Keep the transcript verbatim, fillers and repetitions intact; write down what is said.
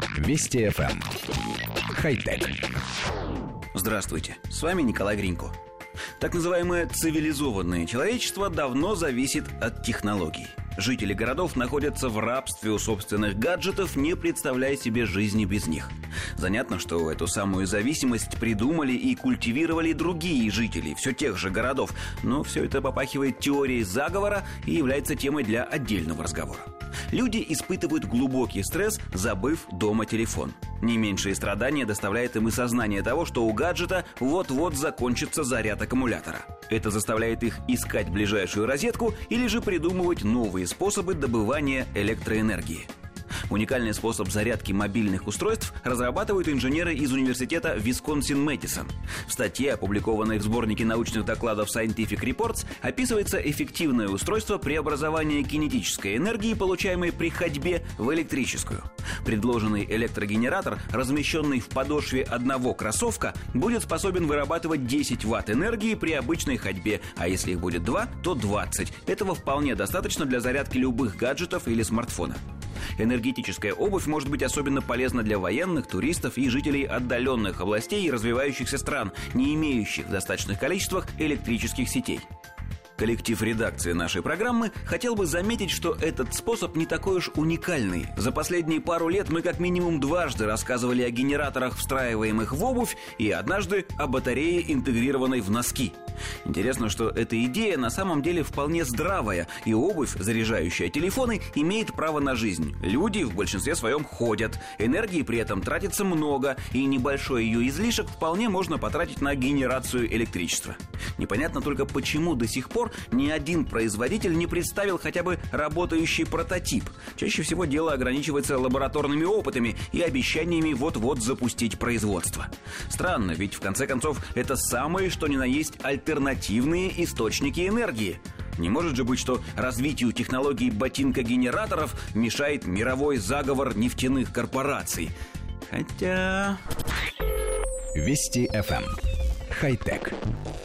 Вести эф эм. Хай-тек. Здравствуйте, с вами Николай Гринько. Так называемое цивилизованное человечество давно зависит от технологий. Жители городов находятся в рабстве у собственных гаджетов, не представляя себе жизни без них. Занятно, что эту самую зависимость придумали и культивировали другие жители все тех же городов, но все это попахивает теорией заговора и является темой для отдельного разговора. Люди испытывают глубокий стресс, забыв дома телефон. Не меньшие страдания доставляет им и сознание того, что у гаджета вот-вот закончится заряд аккумулятора. Это заставляет их искать ближайшую розетку или же придумывать новые способы добывания электроэнергии. Уникальный способ зарядки мобильных устройств разрабатывают инженеры из университета Висконсин-Мэдисон. В статье, опубликованной в сборнике научных докладов Scientific Reports, описывается эффективное устройство преобразования кинетической энергии, получаемой при ходьбе, в электрическую. Предложенный электрогенератор, размещенный в подошве одного кроссовка, будет способен вырабатывать десять ватт энергии при обычной ходьбе, а если их будет два, то двадцать. Этого вполне достаточно для зарядки любых гаджетов или смартфона. Энергетическая обувь может быть особенно полезна для военных, туристов и жителей отдаленных областей и развивающихся стран, не имеющих в достаточных количествах электрических сетей. Коллектив редакции нашей программы хотел бы заметить, что этот способ не такой уж уникальный. За последние пару лет мы как минимум дважды рассказывали о генераторах, встраиваемых в обувь, и однажды о батарее, интегрированной в носки. Интересно, что эта идея на самом деле вполне здравая, и обувь, заряжающая телефоны, имеет право на жизнь. Люди в большинстве своем ходят, энергии при этом тратится много, и небольшой ее излишек вполне можно потратить на генерацию электричества. Непонятно только, почему до сих пор ни один производитель не представил хотя бы работающий прототип. Чаще всего дело ограничивается лабораторными опытами и обещаниями вот-вот запустить производство. Странно, ведь в конце концов это самые что ни на есть альтернативные источники энергии. Не может же быть, что развитию технологий ботинкогенераторов мешает мировой заговор нефтяных корпораций. Хотя... Вести эф эм. Хай-тек.